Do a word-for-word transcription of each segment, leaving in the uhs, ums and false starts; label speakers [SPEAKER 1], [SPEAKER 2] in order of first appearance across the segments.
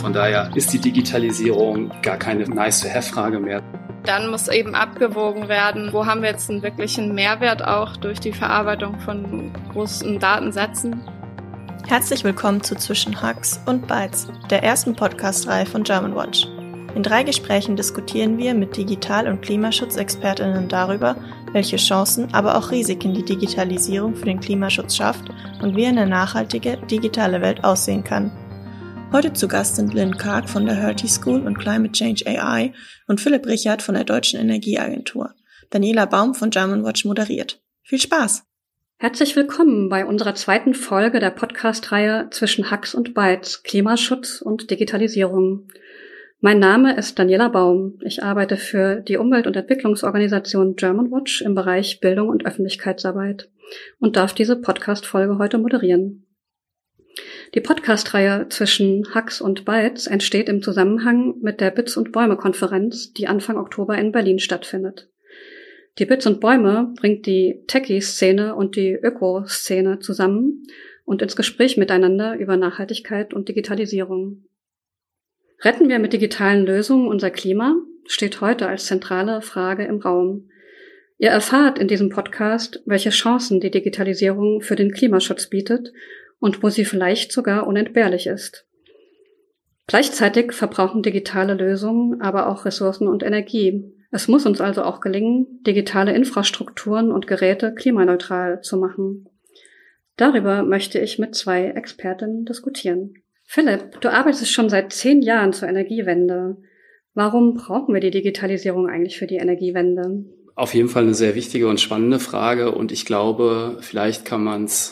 [SPEAKER 1] von daher ist die Digitalisierung gar keine Nice-to-have-Frage mehr.
[SPEAKER 2] Dann muss eben abgewogen werden, wo haben wir jetzt einen wirklichen Mehrwert auch durch die Verarbeitung von großen Datensätzen.
[SPEAKER 3] Herzlich willkommen zu Zwischen Hux und Bytes, der ersten Podcast-Reihe von Germanwatch. In drei Gesprächen diskutieren wir mit Digital- und KlimaschutzexpertInnen darüber, welche Chancen, aber auch Risiken die Digitalisierung für den Klimaschutz schafft und wie eine nachhaltige, digitale Welt aussehen kann. Heute zu Gast sind Lynn Karg von der Hertie School und Climate Change A I und Philipp Richard von der Deutschen Energieagentur. Daniela Baum von Germanwatch moderiert. Viel Spaß!
[SPEAKER 4] Herzlich willkommen bei unserer zweiten Folge der Podcast-Reihe Zwischen Hux und Bytes, Klimaschutz und Digitalisierung. Mein Name ist Daniela Baum. Ich arbeite für die Umwelt- und Entwicklungsorganisation Germanwatch im Bereich Bildung und Öffentlichkeitsarbeit und darf diese Podcast-Folge heute moderieren. Die Podcast-Reihe Zwischen Hux und Bytes entsteht im Zusammenhang mit der Bits und Bäume-Konferenz, die Anfang Oktober in Berlin stattfindet. Die Bits und Bäume bringt die Techie-Szene und die Öko-Szene zusammen und ins Gespräch miteinander über Nachhaltigkeit und Digitalisierung. Retten wir mit digitalen Lösungen unser Klima? Steht heute als zentrale Frage im Raum. Ihr erfahrt in diesem Podcast, welche Chancen die Digitalisierung für den Klimaschutz bietet und wo sie vielleicht sogar unentbehrlich ist. Gleichzeitig verbrauchen digitale Lösungen aber auch Ressourcen und Energie. Es muss uns also auch gelingen, digitale Infrastrukturen und Geräte klimaneutral zu machen. Darüber möchte ich mit zwei Expertinnen diskutieren. Philipp, du arbeitest schon seit zehn Jahren zur Energiewende. Warum brauchen wir die Digitalisierung eigentlich für die Energiewende?
[SPEAKER 1] Auf jeden Fall eine sehr wichtige und spannende Frage und ich glaube, vielleicht kann man es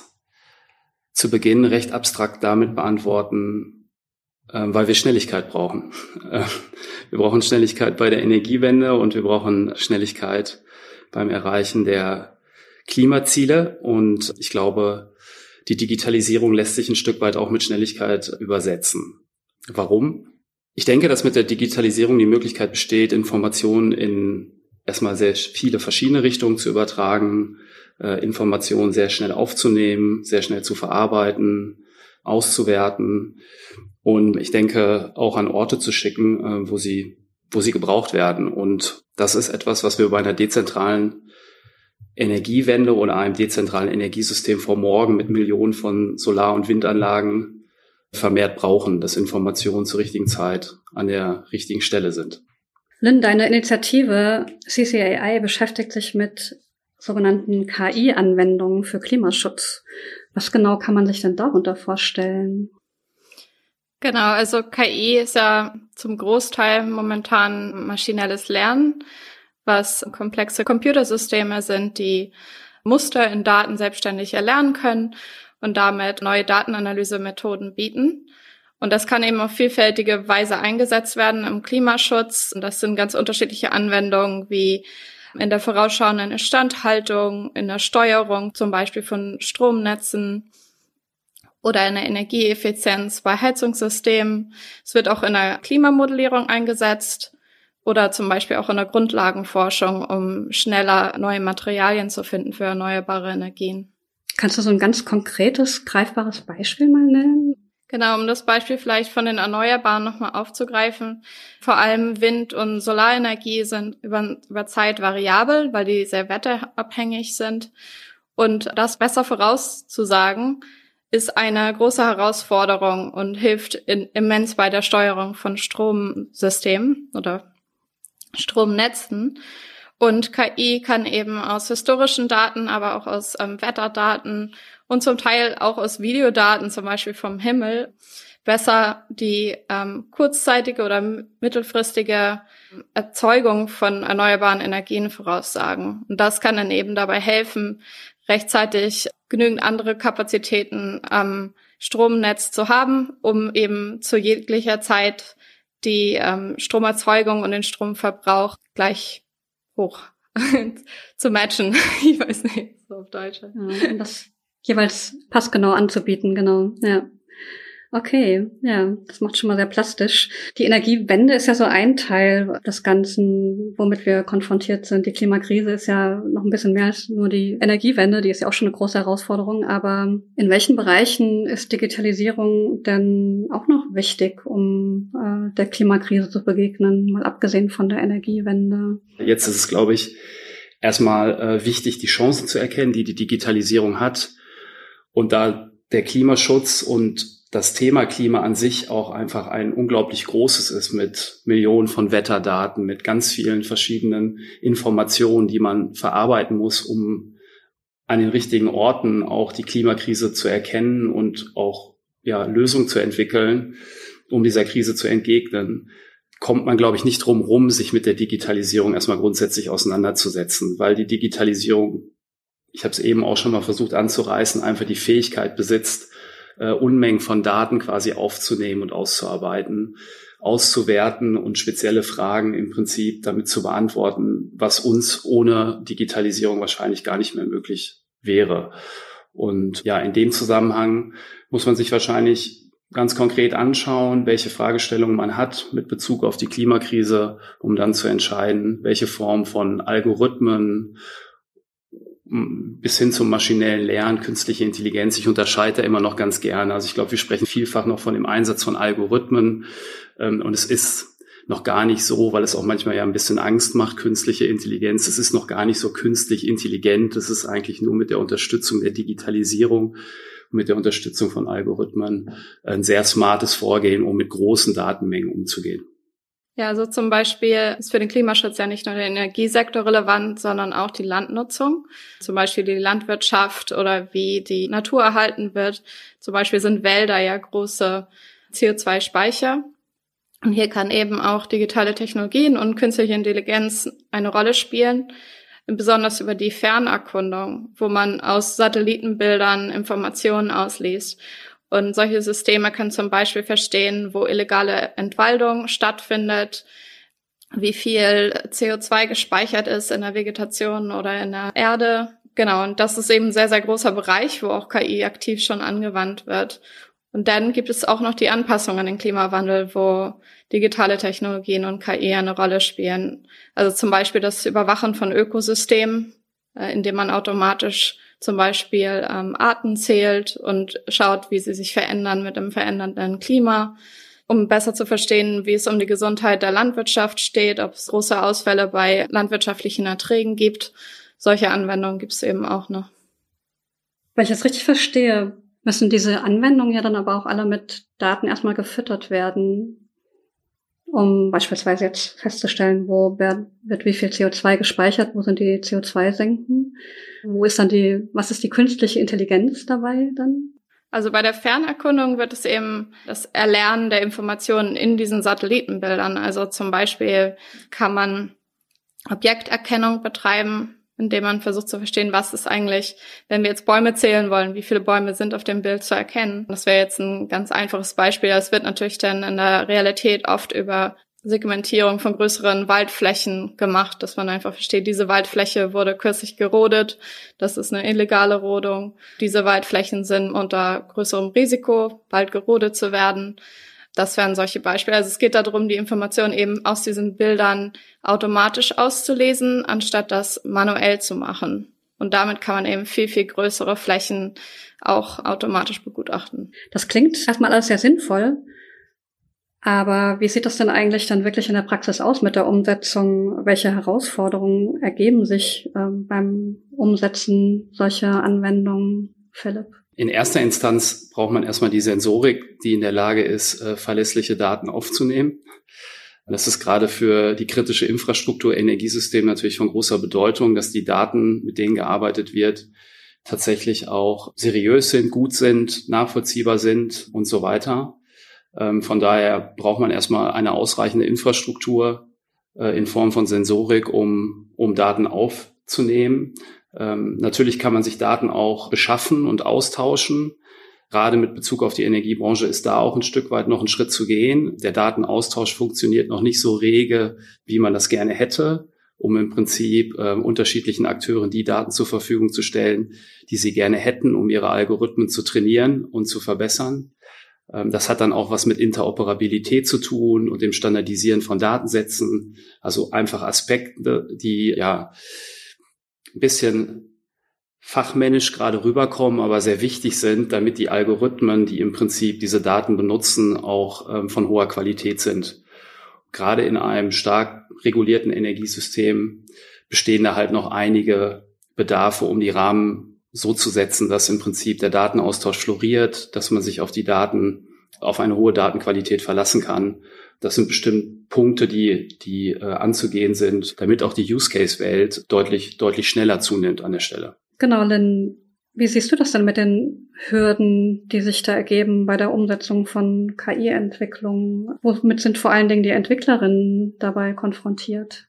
[SPEAKER 1] zu Beginn recht abstrakt damit beantworten, äh, weil wir Schnelligkeit brauchen. Äh, wir brauchen Schnelligkeit bei der Energiewende und wir brauchen Schnelligkeit beim Erreichen der Klimaziele. Und ich glaube, die Digitalisierung lässt sich ein Stück weit auch mit Schnelligkeit übersetzen. Warum? Ich denke, dass mit der Digitalisierung die Möglichkeit besteht, Informationen in erstmal sehr viele verschiedene Richtungen zu übertragen, äh, Informationen sehr schnell aufzunehmen, sehr schnell zu verarbeiten, auszuwerten und ich denke auch an Orte zu schicken, äh, wo sie, wo sie gebraucht werden. Und das ist etwas, was wir bei einer dezentralen Energiewende oder einem dezentralen Energiesystem vor morgen mit Millionen von Solar- und Windanlagen vermehrt brauchen, dass Informationen zur richtigen Zeit an der richtigen Stelle sind.
[SPEAKER 4] Lynn, deine Initiative C C A I beschäftigt sich mit sogenannten K I-Anwendungen für Klimaschutz. Was genau kann man sich denn darunter vorstellen?
[SPEAKER 2] Genau, also K I ist ja zum Großteil momentan maschinelles Lernen, was komplexe Computersysteme sind, die Muster in Daten selbstständig erlernen können und damit neue Datenanalysemethoden bieten. Und das kann eben auf vielfältige Weise eingesetzt werden im Klimaschutz. Und das sind ganz unterschiedliche Anwendungen wie in der vorausschauenden Instandhaltung, in der Steuerung zum Beispiel von Stromnetzen oder in der Energieeffizienz bei Heizungssystemen. Es wird auch in der Klimamodellierung eingesetzt oder zum Beispiel auch in der Grundlagenforschung, um schneller neue Materialien zu finden für erneuerbare Energien.
[SPEAKER 4] Kannst du so ein ganz konkretes, greifbares Beispiel mal nennen?
[SPEAKER 2] Genau, um das Beispiel vielleicht von den Erneuerbaren nochmal aufzugreifen. Vor allem Wind- und Solarenergie sind über, über Zeit variabel, weil die sehr wetterabhängig sind. Und das besser vorauszusagen, ist eine große Herausforderung und hilft in, immens bei der Steuerung von Stromsystemen oder Stromnetzen. Und K I kann eben aus historischen Daten, aber auch aus ähm, Wetterdaten und zum Teil auch aus Videodaten, zum Beispiel vom Himmel, besser die ähm, kurzzeitige oder mittelfristige Erzeugung von erneuerbaren Energien voraussagen. Und das kann dann eben dabei helfen, rechtzeitig genügend andere Kapazitäten am Stromnetz zu haben, um eben zu jeglicher Zeit die ähm, Stromerzeugung und den Stromverbrauch gleich hoch zu matchen. Ich weiß nicht, so auf Deutsch.
[SPEAKER 4] Ja, und das jeweils passgenau anzubieten, genau, ja. Okay, ja, das macht schon mal sehr plastisch. Die Energiewende ist ja so ein Teil des Ganzen, womit wir konfrontiert sind. Die Klimakrise ist ja noch ein bisschen mehr als nur die Energiewende, die ist ja auch schon eine große Herausforderung. Aber in welchen Bereichen ist Digitalisierung denn auch noch wichtig, um äh, der Klimakrise zu begegnen, mal abgesehen von der Energiewende?
[SPEAKER 1] Jetzt ist es, glaube ich, erstmal äh, wichtig, die Chancen zu erkennen, die die Digitalisierung hat. Und da der Klimaschutz und das Thema Klima an sich auch einfach ein unglaublich großes ist mit Millionen von Wetterdaten, mit ganz vielen verschiedenen Informationen, die man verarbeiten muss, um an den richtigen Orten auch die Klimakrise zu erkennen und auch ja Lösungen zu entwickeln, um dieser Krise zu entgegnen, kommt man, glaube ich, nicht drum rum, sich mit der Digitalisierung erstmal grundsätzlich auseinanderzusetzen, weil die Digitalisierung, ich habe es eben auch schon mal versucht anzureißen, einfach die Fähigkeit besitzt, Uh, Unmengen von Daten quasi aufzunehmen und auszuarbeiten, auszuwerten und spezielle Fragen im Prinzip damit zu beantworten, was uns ohne Digitalisierung wahrscheinlich gar nicht mehr möglich wäre. Und ja, in dem Zusammenhang muss man sich wahrscheinlich ganz konkret anschauen, welche Fragestellungen man hat mit Bezug auf die Klimakrise, um dann zu entscheiden, welche Form von Algorithmen bis hin zum maschinellen Lernen, künstliche Intelligenz. Ich unterscheide da immer noch ganz gerne. Also ich glaube, wir sprechen vielfach noch von dem Einsatz von Algorithmen. Und es ist noch gar nicht so, weil es auch manchmal ja ein bisschen Angst macht, künstliche Intelligenz. Es ist noch gar nicht so künstlich intelligent. Es ist eigentlich nur mit der Unterstützung der Digitalisierung und mit der Unterstützung von Algorithmen ein sehr smartes Vorgehen, um mit großen Datenmengen umzugehen.
[SPEAKER 2] Ja, so zum Beispiel ist für den Klimaschutz ja nicht nur der Energiesektor relevant, sondern auch die Landnutzung. Zum Beispiel die Landwirtschaft oder wie die Natur erhalten wird. Zum Beispiel sind Wälder ja große C O zwei Speicher. Und hier kann eben auch digitale Technologien und künstliche Intelligenz eine Rolle spielen, besonders über die Fernerkundung, wo man aus Satellitenbildern Informationen ausliest. Und solche Systeme können zum Beispiel verstehen, wo illegale Entwaldung stattfindet, wie viel C O zwei gespeichert ist in der Vegetation oder in der Erde. Genau, und das ist eben ein sehr, sehr großer Bereich, wo auch K I aktiv schon angewandt wird. Und dann gibt es auch noch die Anpassung an den Klimawandel, wo digitale Technologien und K I eine Rolle spielen. Also zum Beispiel das Überwachen von Ökosystemen, indem man automatisch zum Beispiel ähm, Arten zählt und schaut, wie sie sich verändern mit dem verändernden Klima, um besser zu verstehen, wie es um die Gesundheit der Landwirtschaft steht, ob es große Ausfälle bei landwirtschaftlichen Erträgen gibt. Solche Anwendungen gibt es eben auch noch.
[SPEAKER 4] Wenn ich das richtig verstehe, müssen diese Anwendungen ja dann aber auch alle mit Daten erstmal gefüttert werden, um beispielsweise jetzt festzustellen, wo wird wie viel C O zwei gespeichert, wo sind die C O zwei Senken, wo ist dann die, was ist die künstliche Intelligenz dabei dann?
[SPEAKER 2] Also bei der Fernerkundung wird es eben das Erlernen der Informationen in diesen Satellitenbildern. Also zum Beispiel kann man Objekterkennung betreiben, indem man versucht zu verstehen, was ist eigentlich, wenn wir jetzt Bäume zählen wollen, wie viele Bäume sind auf dem Bild zu erkennen. Das wäre jetzt ein ganz einfaches Beispiel. Es wird natürlich dann in der Realität oft über Segmentierung von größeren Waldflächen gemacht, dass man einfach versteht, diese Waldfläche wurde kürzlich gerodet, das ist eine illegale Rodung. Diese Waldflächen sind unter größerem Risiko, bald gerodet zu werden. Das wären solche Beispiele. Also es geht darum, die Informationen eben aus diesen Bildern automatisch auszulesen, anstatt das manuell zu machen. Und damit kann man eben viel, viel größere Flächen auch automatisch begutachten.
[SPEAKER 4] Das klingt erstmal alles sehr sinnvoll. Aber wie sieht das denn eigentlich dann wirklich in der Praxis aus mit der Umsetzung? Welche Herausforderungen ergeben sich ähm, beim Umsetzen solcher Anwendungen, Philipp?
[SPEAKER 1] In erster Instanz braucht man erstmal die Sensorik, die in der Lage ist, äh, verlässliche Daten aufzunehmen. Das ist gerade für die kritische Infrastruktur, Energiesystem natürlich von großer Bedeutung, dass die Daten, mit denen gearbeitet wird, tatsächlich auch seriös sind, gut sind, nachvollziehbar sind und so weiter. Ähm, von daher braucht man erstmal eine ausreichende Infrastruktur äh, in Form von Sensorik, um, um Daten aufzunehmen. Ähm, natürlich kann man sich Daten auch beschaffen und austauschen. Gerade mit Bezug auf die Energiebranche ist da auch ein Stück weit noch ein Schritt zu gehen. Der Datenaustausch funktioniert noch nicht so rege, wie man das gerne hätte, um im Prinzip äh, unterschiedlichen Akteuren die Daten zur Verfügung zu stellen, die sie gerne hätten, um ihre Algorithmen zu trainieren und zu verbessern. Das hat dann auch was mit Interoperabilität zu tun und dem Standardisieren von Datensätzen. Also einfach Aspekte, die ja ein bisschen fachmännisch gerade rüberkommen, aber sehr wichtig sind, damit die Algorithmen, die im Prinzip diese Daten benutzen, auch ähm, von hoher Qualität sind. Gerade in einem stark regulierten Energiesystem bestehen da halt noch einige Bedarfe, um die Rahmen so zu setzen, dass im Prinzip der Datenaustausch floriert, dass man sich auf die Daten, auf eine hohe Datenqualität verlassen kann. Das sind bestimmt Punkte, die, die äh, anzugehen sind, damit auch die Use-Case-Welt deutlich, deutlich schneller zunimmt an der Stelle.
[SPEAKER 4] Genau, Lynn, wie siehst du das denn mit den Hürden, die sich da ergeben bei der Umsetzung von K I-Entwicklung? Womit sind vor allen Dingen die Entwicklerinnen dabei konfrontiert?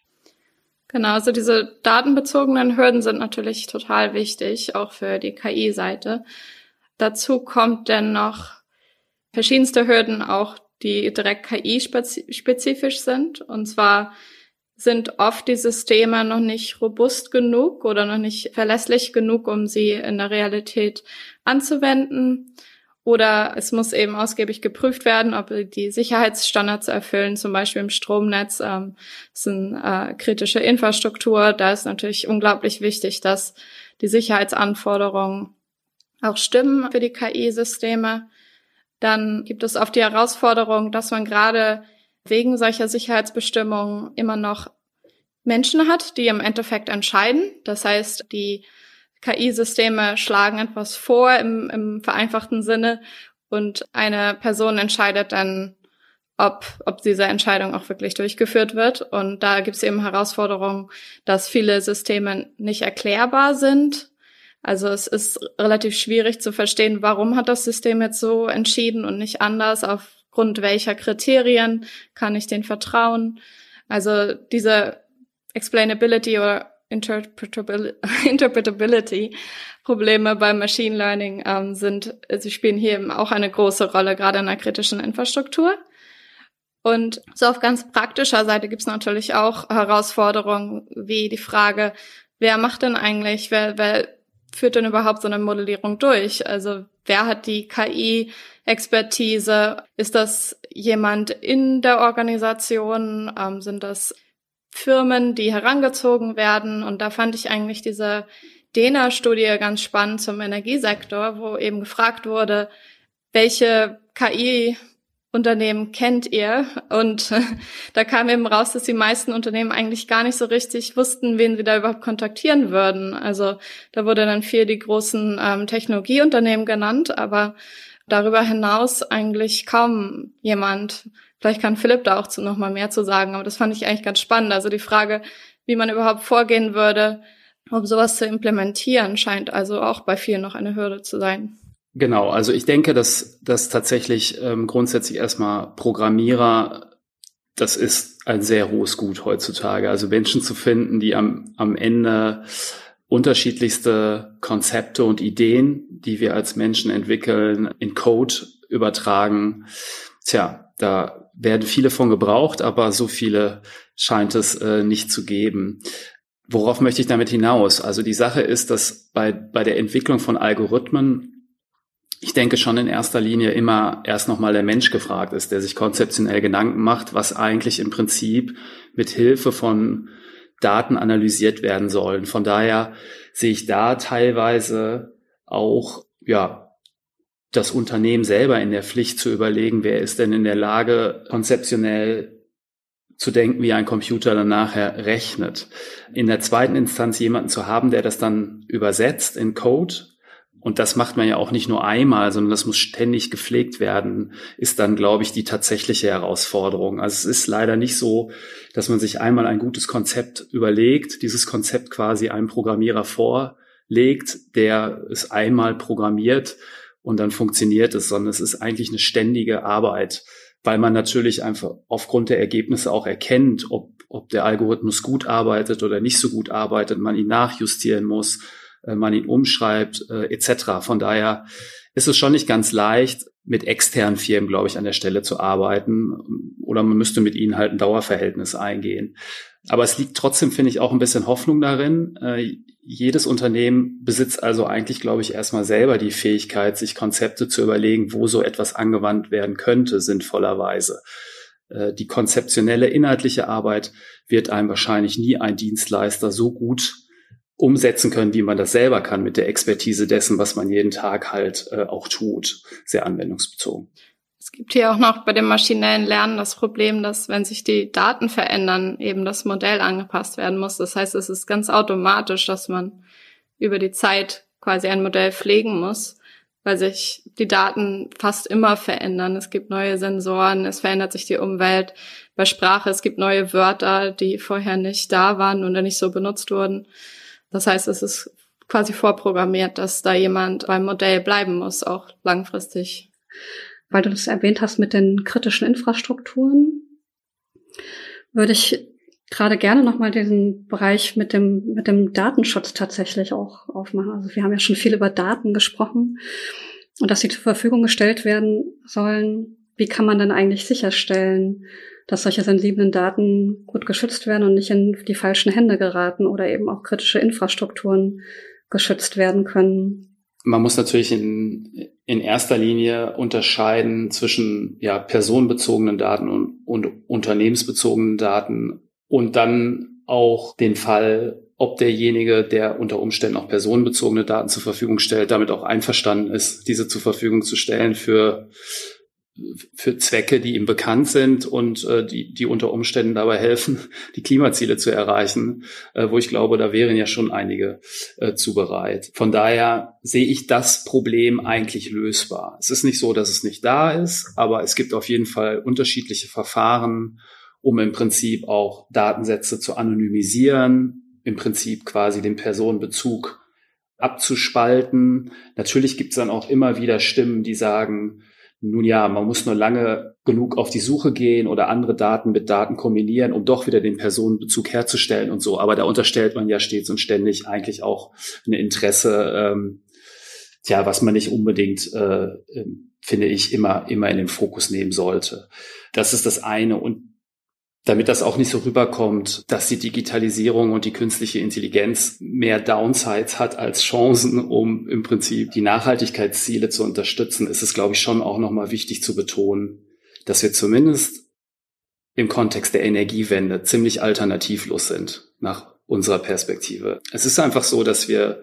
[SPEAKER 2] Genau, also diese datenbezogenen Hürden sind natürlich total wichtig, auch für die K I-Seite. Dazu kommt dann noch verschiedenste Hürden, auch die direkt K I-spezifisch sind. Und zwar sind oft die Systeme noch nicht robust genug oder noch nicht verlässlich genug, um sie in der Realität anzuwenden. Oder es muss eben ausgiebig geprüft werden, ob die Sicherheitsstandards erfüllen, zum Beispiel im Stromnetz. Ähm, das ist eine äh, kritische Infrastruktur. Da ist natürlich unglaublich wichtig, dass die Sicherheitsanforderungen auch stimmen für die K I-Systeme. Dann gibt es oft die Herausforderung, dass man gerade wegen solcher Sicherheitsbestimmungen immer noch Menschen hat, die im Endeffekt entscheiden. Das heißt, die K I-Systeme schlagen etwas vor im, im vereinfachten Sinne und eine Person entscheidet dann, ob, ob diese Entscheidung auch wirklich durchgeführt wird. Und da gibt es eben Herausforderungen, dass viele Systeme nicht erklärbar sind. Also es ist relativ schwierig zu verstehen, warum hat das System jetzt so entschieden und nicht anders, aufgrund welcher Kriterien kann ich denen vertrauen. Also diese Explainability oder Interpretability Probleme beim Machine Learning ähm, sind, sie spielen hier eben auch eine große Rolle, gerade in der kritischen Infrastruktur. Und so auf ganz praktischer Seite gibt es natürlich auch Herausforderungen, wie die Frage, wer macht denn eigentlich, wer, wer führt denn überhaupt so eine Modellierung durch? Also wer hat die K I-Expertise? Ist das jemand in der Organisation? Ähm, sind das Firmen, die herangezogen werden? Und da fand ich eigentlich diese D E N A-Studie ganz spannend zum Energiesektor, wo eben gefragt wurde, welche K I-Unternehmen kennt ihr? Und äh, da kam eben raus, dass die meisten Unternehmen eigentlich gar nicht so richtig wussten, wen sie da überhaupt kontaktieren würden. Also da wurde dann viel die großen ähm, Technologieunternehmen genannt, aber darüber hinaus eigentlich kaum jemand. Vielleicht kann Philipp da auch zu, noch mal mehr zu sagen, aber das fand ich eigentlich ganz spannend. Also die Frage, wie man überhaupt vorgehen würde, um sowas zu implementieren, scheint also auch bei vielen noch eine Hürde zu sein.
[SPEAKER 1] Genau, also ich denke, dass, dass tatsächlich ähm, grundsätzlich erstmal Programmierer, das ist ein sehr hohes Gut heutzutage. Also Menschen zu finden, die am, am Ende unterschiedlichste Konzepte und Ideen, die wir als Menschen entwickeln, in Code übertragen. Tja, da werden viele von gebraucht, aber so viele scheint es äh, nicht zu geben. Worauf möchte ich damit hinaus? Also die Sache ist, dass bei, bei der Entwicklung von Algorithmen, ich denke schon in erster Linie immer erst nochmal der Mensch gefragt ist, der sich konzeptionell Gedanken macht, was eigentlich im Prinzip mit Hilfe von Daten analysiert werden sollen. Von daher sehe ich da teilweise auch, ja, das Unternehmen selber in der Pflicht zu überlegen, wer ist denn in der Lage, konzeptionell zu denken, wie ein Computer dann nachher rechnet. In der zweiten Instanz jemanden zu haben, der das dann übersetzt in Code, und das macht man ja auch nicht nur einmal, sondern das muss ständig gepflegt werden, ist dann, glaube ich, die tatsächliche Herausforderung. Also es ist leider nicht so, dass man sich einmal ein gutes Konzept überlegt, dieses Konzept quasi einem Programmierer vorlegt, der es einmal programmiert und dann funktioniert es, sondern es ist eigentlich eine ständige Arbeit, weil man natürlich einfach aufgrund der Ergebnisse auch erkennt, ob, ob der Algorithmus gut arbeitet oder nicht so gut arbeitet, man ihn nachjustieren muss, man ihn umschreibt, äh, et cetera. Von daher ist es schon nicht ganz leicht, mit externen Firmen, glaube ich, an der Stelle zu arbeiten. Oder man müsste mit ihnen halt ein Dauerverhältnis eingehen. Aber es liegt trotzdem, finde ich, auch ein bisschen Hoffnung darin. Äh, jedes Unternehmen besitzt also eigentlich, glaube ich, erstmal selber die Fähigkeit, sich Konzepte zu überlegen, wo so etwas angewandt werden könnte, sinnvollerweise. Äh, die konzeptionelle, inhaltliche Arbeit wird einem wahrscheinlich nie ein Dienstleister so gut umsetzen können, wie man das selber kann, mit der Expertise dessen, was man jeden Tag halt äh, auch tut, sehr anwendungsbezogen.
[SPEAKER 2] Es gibt hier auch noch bei dem maschinellen Lernen das Problem, dass wenn sich die Daten verändern, eben das Modell angepasst werden muss. Das heißt, es ist ganz automatisch, dass man über die Zeit quasi ein Modell pflegen muss, weil sich die Daten fast immer verändern. Es gibt neue Sensoren, es verändert sich die Umwelt. Bei Sprache, es gibt neue Wörter, die vorher nicht da waren oder nicht so benutzt wurden. Das heißt, es ist quasi vorprogrammiert, dass da jemand beim Modell bleiben muss, auch langfristig.
[SPEAKER 4] Weil du das erwähnt hast mit den kritischen Infrastrukturen, würde ich gerade gerne nochmal diesen Bereich mit dem mit dem Datenschutz tatsächlich auch aufmachen. Also wir haben ja schon viel über Daten gesprochen und dass sie zur Verfügung gestellt werden sollen. Wie kann man denn eigentlich sicherstellen, dass solche sensiblen Daten gut geschützt werden und nicht in die falschen Hände geraten oder eben auch kritische Infrastrukturen geschützt werden können?
[SPEAKER 1] Man muss natürlich in, in erster Linie unterscheiden zwischen ja, personenbezogenen Daten und, und unternehmensbezogenen Daten und dann auch den Fall, ob derjenige, der unter Umständen auch personenbezogene Daten zur Verfügung stellt, damit auch einverstanden ist, diese zur Verfügung zu stellen für für Zwecke, die ihm bekannt sind und äh, die die unter Umständen dabei helfen, die Klimaziele zu erreichen, äh, wo ich glaube, da wären ja schon einige äh, zu bereit. Von daher sehe ich das Problem eigentlich lösbar. Es ist nicht so, dass es nicht da ist, aber es gibt auf jeden Fall unterschiedliche Verfahren, um im Prinzip auch Datensätze zu anonymisieren, im Prinzip quasi den Personenbezug abzuspalten. Natürlich gibt es dann auch immer wieder Stimmen, die sagen, nun ja, man muss nur lange genug auf die Suche gehen oder andere Daten mit Daten kombinieren, um doch wieder den Personenbezug herzustellen und so. Aber da unterstellt man ja stets und ständig eigentlich auch ein Interesse, ähm, tja, was man nicht unbedingt, äh, äh, finde ich, immer immer in den Fokus nehmen sollte. Das ist das eine. Und damit das auch nicht so rüberkommt, dass die Digitalisierung und die künstliche Intelligenz mehr Downsides hat als Chancen, um im Prinzip die Nachhaltigkeitsziele zu unterstützen, ist es, glaube ich, schon auch nochmal wichtig zu betonen, dass wir zumindest im Kontext der Energiewende ziemlich alternativlos sind, nach unserer Perspektive. Es ist einfach so, dass wir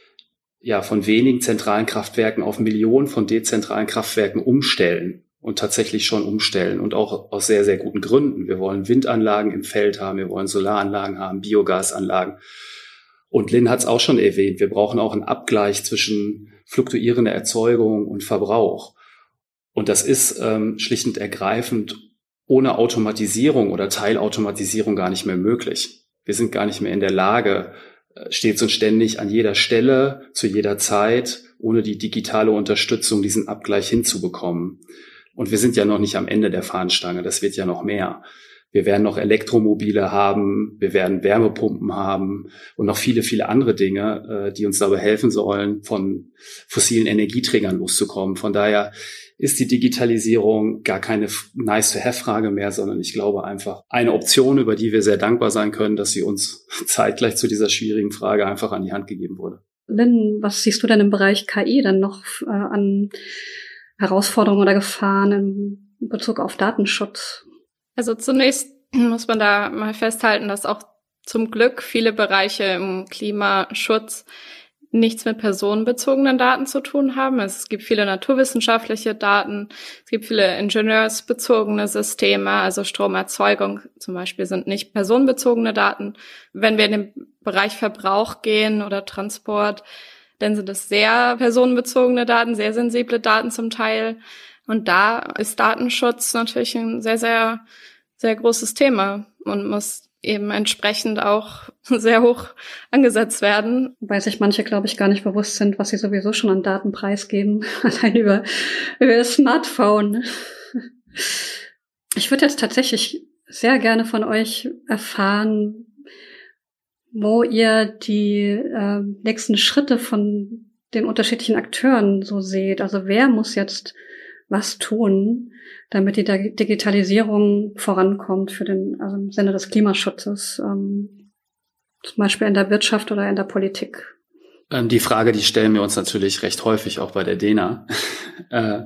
[SPEAKER 1] ja von wenigen zentralen Kraftwerken auf Millionen von dezentralen Kraftwerken umstellen. Und tatsächlich schon umstellen und auch aus sehr, sehr guten Gründen. Wir wollen Windanlagen im Feld haben, wir wollen Solaranlagen haben, Biogasanlagen. Und Lynn hat es auch schon erwähnt, wir brauchen auch einen Abgleich zwischen fluktuierender Erzeugung und Verbrauch. Und das ist ähm, schlicht und ergreifend ohne Automatisierung oder Teilautomatisierung gar nicht mehr möglich. Wir sind gar nicht mehr in der Lage, stets und ständig an jeder Stelle, zu jeder Zeit, ohne die digitale Unterstützung diesen Abgleich hinzubekommen. Und wir sind ja noch nicht am Ende der Fahnenstange, das wird ja noch mehr. Wir werden noch Elektromobile haben, wir werden Wärmepumpen haben und noch viele, viele andere Dinge, die uns dabei helfen sollen, von fossilen Energieträgern loszukommen. Von daher ist die Digitalisierung gar keine Nice-to-have-Frage mehr, sondern ich glaube einfach eine Option, über die wir sehr dankbar sein können, dass sie uns zeitgleich zu dieser schwierigen Frage einfach an die Hand gegeben wurde.
[SPEAKER 4] Lynn, was siehst du denn im Bereich K I dann noch äh, an Herausforderungen oder Gefahren in Bezug auf Datenschutz?
[SPEAKER 2] Also zunächst muss man da mal festhalten, dass auch zum Glück viele Bereiche im Klimaschutz nichts mit personenbezogenen Daten zu tun haben. Es gibt viele naturwissenschaftliche Daten, es gibt viele ingenieursbezogene Systeme, also Stromerzeugung zum Beispiel sind nicht personenbezogene Daten. Wenn wir in den Bereich Verbrauch gehen oder Transport, dann sind es sehr personenbezogene Daten, sehr sensible Daten zum Teil. Und da ist Datenschutz natürlich ein sehr, sehr, sehr großes Thema und muss eben entsprechend auch sehr hoch angesetzt werden.
[SPEAKER 4] Wobei sich manche, glaube ich, gar nicht bewusst sind, was sie sowieso schon an Daten preisgeben, allein über, über das Smartphone. Ich würde jetzt tatsächlich sehr gerne von euch erfahren, wo ihr die äh, nächsten Schritte von den unterschiedlichen Akteuren so seht. Also wer muss jetzt was tun, damit die Digitalisierung vorankommt für den, also im Sinne des Klimaschutzes, ähm, zum Beispiel in der Wirtschaft oder in der Politik?
[SPEAKER 1] Ähm, die Frage, die stellen wir uns natürlich recht häufig auch bei der D E N A, äh,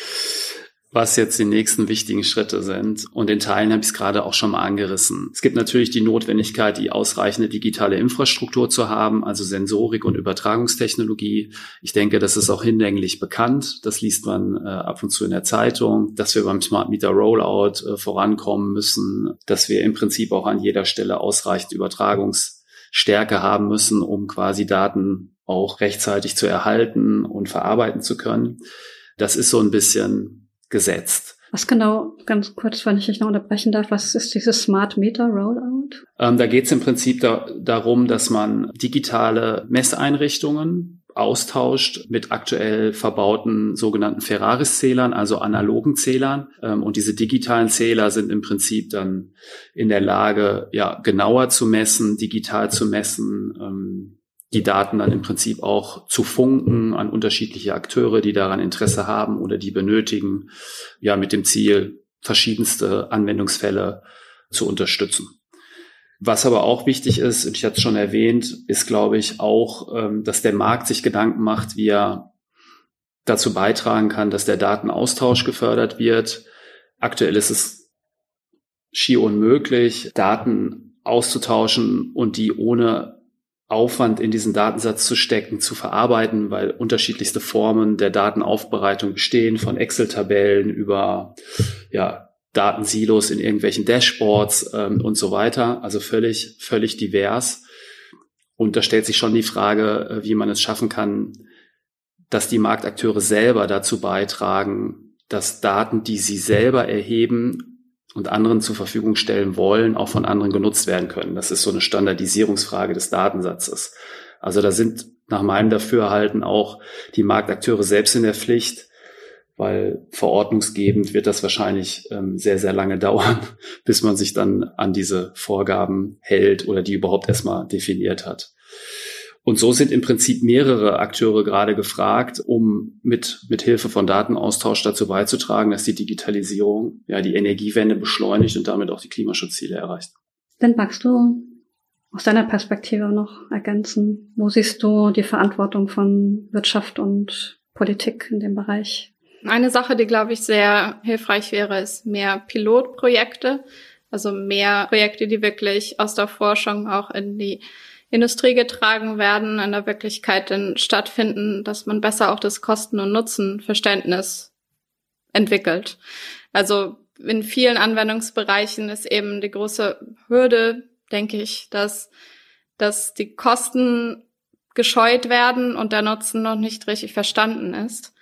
[SPEAKER 1] was jetzt die nächsten wichtigen Schritte sind. Und in Teilen habe ich es gerade auch schon mal angerissen. Es gibt natürlich die Notwendigkeit, die ausreichende digitale Infrastruktur zu haben, also Sensorik und Übertragungstechnologie. Ich denke, das ist auch hinlänglich bekannt. Das liest man äh, ab und zu in der Zeitung, dass wir beim Smart Meter Rollout äh, vorankommen müssen, dass wir im Prinzip auch an jeder Stelle ausreichend Übertragungsstärke haben müssen, um quasi Daten auch rechtzeitig zu erhalten und verarbeiten zu können. Das ist so ein bisschen gesetzt.
[SPEAKER 4] Was genau, ganz kurz, wenn ich dich noch unterbrechen darf, was ist dieses Smart Meter Rollout?
[SPEAKER 1] Ähm, da geht es im Prinzip da, darum, dass man digitale Messeinrichtungen austauscht mit aktuell verbauten sogenannten Ferraris-Zählern, also analogen Zählern. Ähm, und diese digitalen Zähler sind im Prinzip dann in der Lage, ja, genauer zu messen, digital zu messen, ähm, die Daten dann im Prinzip auch zu funken an unterschiedliche Akteure, die daran Interesse haben oder die benötigen, ja, mit dem Ziel, verschiedenste Anwendungsfälle zu unterstützen. Was aber auch wichtig ist, und ich hatte es schon erwähnt, ist, glaube ich, auch, dass der Markt sich Gedanken macht, wie er dazu beitragen kann, dass der Datenaustausch gefördert wird. Aktuell ist es schier unmöglich, Daten auszutauschen und die ohne Aufwand in diesen Datensatz zu stecken, zu verarbeiten, weil unterschiedlichste Formen der Datenaufbereitung bestehen, von Excel-Tabellen über ja, Datensilos in irgendwelchen Dashboards ähm, und so weiter. Also völlig, völlig divers. Und da stellt sich schon die Frage, wie man es schaffen kann, dass die Marktakteure selber dazu beitragen, dass Daten, die sie selber erheben und anderen zur Verfügung stellen wollen, auch von anderen genutzt werden können. Das ist so eine Standardisierungsfrage des Datensatzes. Also da sind nach meinem Dafürhalten auch die Marktakteure selbst in der Pflicht, weil verordnungsgebend wird das wahrscheinlich ähm, sehr, sehr lange dauern, bis man sich dann an diese Vorgaben hält oder die überhaupt erstmal definiert hat. Und so sind im Prinzip mehrere Akteure gerade gefragt, um mit, mit Hilfe von Datenaustausch dazu beizutragen, dass die Digitalisierung ja die Energiewende beschleunigt und damit auch die Klimaschutzziele erreicht.
[SPEAKER 4] Dann magst du aus deiner Perspektive noch ergänzen, wo siehst du die Verantwortung von Wirtschaft und Politik in dem Bereich?
[SPEAKER 2] Eine Sache, die, glaube ich, sehr hilfreich wäre, ist mehr Pilotprojekte, also mehr Projekte, die wirklich aus der Forschung auch in die Industrie getragen werden, in der Wirklichkeit dann stattfinden, dass man besser auch das Kosten- und Nutzenverständnis entwickelt. Also in vielen Anwendungsbereichen ist eben die große Hürde, denke ich, dass, dass die Kosten gescheut werden und der Nutzen noch nicht richtig verstanden ist.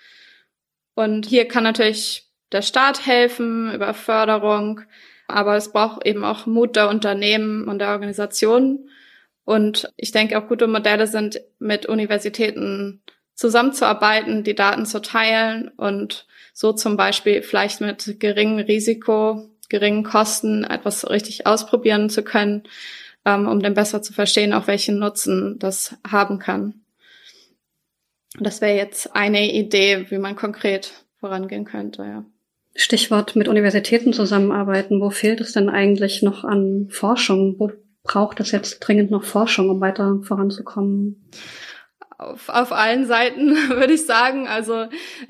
[SPEAKER 2] Und hier kann natürlich der Staat helfen über Förderung, aber es braucht eben auch Mut der Unternehmen und der Organisationen. Und ich denke, auch gute Modelle sind, mit Universitäten zusammenzuarbeiten, die Daten zu teilen und so zum Beispiel vielleicht mit geringem Risiko, geringen Kosten etwas richtig ausprobieren zu können, ähm, um dann besser zu verstehen, auch welchen Nutzen das haben kann. Das wäre jetzt eine Idee, wie man konkret vorangehen könnte, ja.
[SPEAKER 4] Stichwort mit Universitäten zusammenarbeiten. Wo fehlt es denn eigentlich noch an Forschung? Wo braucht es jetzt dringend noch Forschung, um weiter voranzukommen?
[SPEAKER 2] Auf, auf allen Seiten, würde ich sagen. Also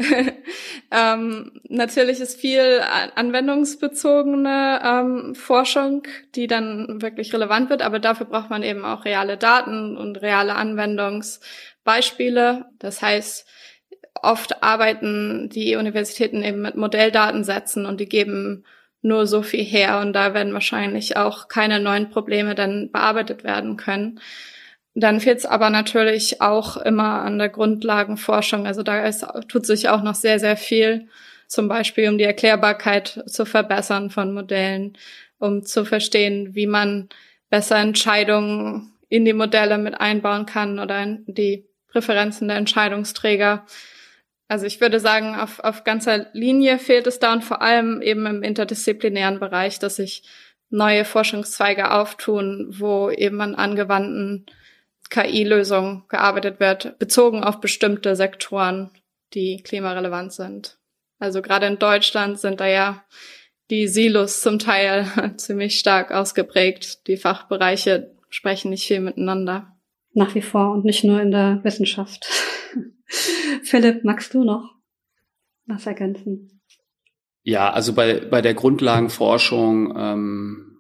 [SPEAKER 2] ähm, natürlich ist viel anwendungsbezogene ähm, Forschung, die dann wirklich relevant wird, aber dafür braucht man eben auch reale Daten und reale Anwendungsbeispiele. Das heißt, oft arbeiten die Universitäten eben mit Modelldatensätzen und die geben nur so viel her und da werden wahrscheinlich auch keine neuen Probleme dann bearbeitet werden können. Dann fehlt es aber natürlich auch immer an der Grundlagenforschung. Also da ist, tut sich auch noch sehr, sehr viel, zum Beispiel um die Erklärbarkeit zu verbessern von Modellen, um zu verstehen, wie man besser Entscheidungen in die Modelle mit einbauen kann oder in die Präferenzen der Entscheidungsträger. Also ich würde sagen, auf, auf ganzer Linie fehlt es da und vor allem eben im interdisziplinären Bereich, dass sich neue Forschungszweige auftun, wo eben an angewandten K I-Lösungen gearbeitet wird, bezogen auf bestimmte Sektoren, die klimarelevant sind. Also gerade in Deutschland sind da ja die Silos zum Teil ziemlich stark ausgeprägt. Die Fachbereiche sprechen nicht viel miteinander.
[SPEAKER 4] Nach wie vor und nicht nur in der Wissenschaft. Philipp, magst du noch was ergänzen?
[SPEAKER 1] Ja, also bei, bei der Grundlagenforschung ähm,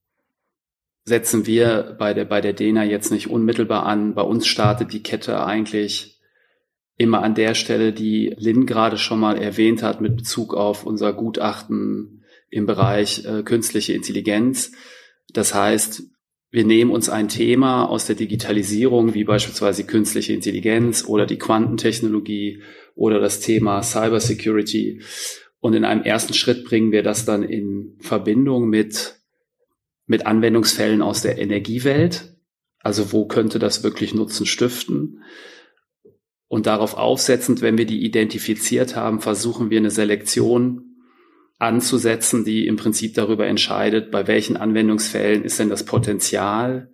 [SPEAKER 1] setzen wir bei der, bei der D E N A jetzt nicht unmittelbar an. Bei uns startet die Kette eigentlich immer an der Stelle, die Lynn gerade schon mal erwähnt hat, mit Bezug auf unser Gutachten im Bereich äh, künstliche Intelligenz. Das heißt, wir nehmen uns ein Thema aus der Digitalisierung, wie beispielsweise die künstliche Intelligenz oder die Quantentechnologie oder das Thema Cybersecurity. Und in einem ersten Schritt bringen wir das dann in Verbindung mit, mit Anwendungsfällen aus der Energiewelt. Also wo könnte das wirklich Nutzen stiften? Und darauf aufsetzend, wenn wir die identifiziert haben, versuchen wir eine Selektion anzusetzen, die im Prinzip darüber entscheidet, bei welchen Anwendungsfällen ist denn das Potenzial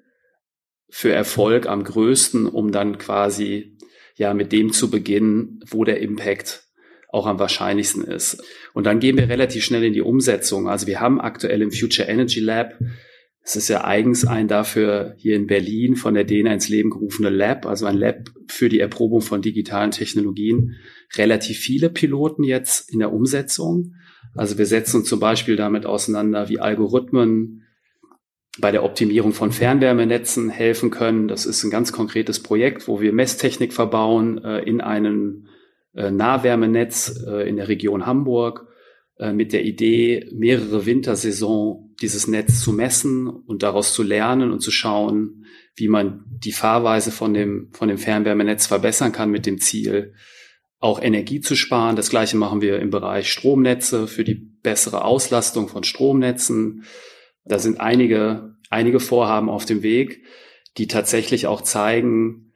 [SPEAKER 1] für Erfolg am größten, um dann quasi ja mit dem zu beginnen, wo der Impact auch am wahrscheinlichsten ist. Und dann gehen wir relativ schnell in die Umsetzung. Also wir haben aktuell im Future Energy Lab, es ist ja eigens ein dafür hier in Berlin von der D E N A ins Leben gerufene Lab, also ein Lab für die Erprobung von digitalen Technologien, relativ viele Piloten jetzt in der Umsetzung. Also wir setzen uns zum Beispiel damit auseinander, wie Algorithmen bei der Optimierung von Fernwärmenetzen helfen können. Das ist ein ganz konkretes Projekt, wo wir Messtechnik verbauen äh, in einem äh, Nahwärmenetz äh, in der Region Hamburg äh, mit der Idee, mehrere Wintersaison dieses Netz zu messen und daraus zu lernen und zu schauen, wie man die Fahrweise von dem, von dem Fernwärmenetz verbessern kann mit dem Ziel, auch Energie zu sparen. Das Gleiche machen wir im Bereich Stromnetze für die bessere Auslastung von Stromnetzen. Da sind einige, einige Vorhaben auf dem Weg, die tatsächlich auch zeigen,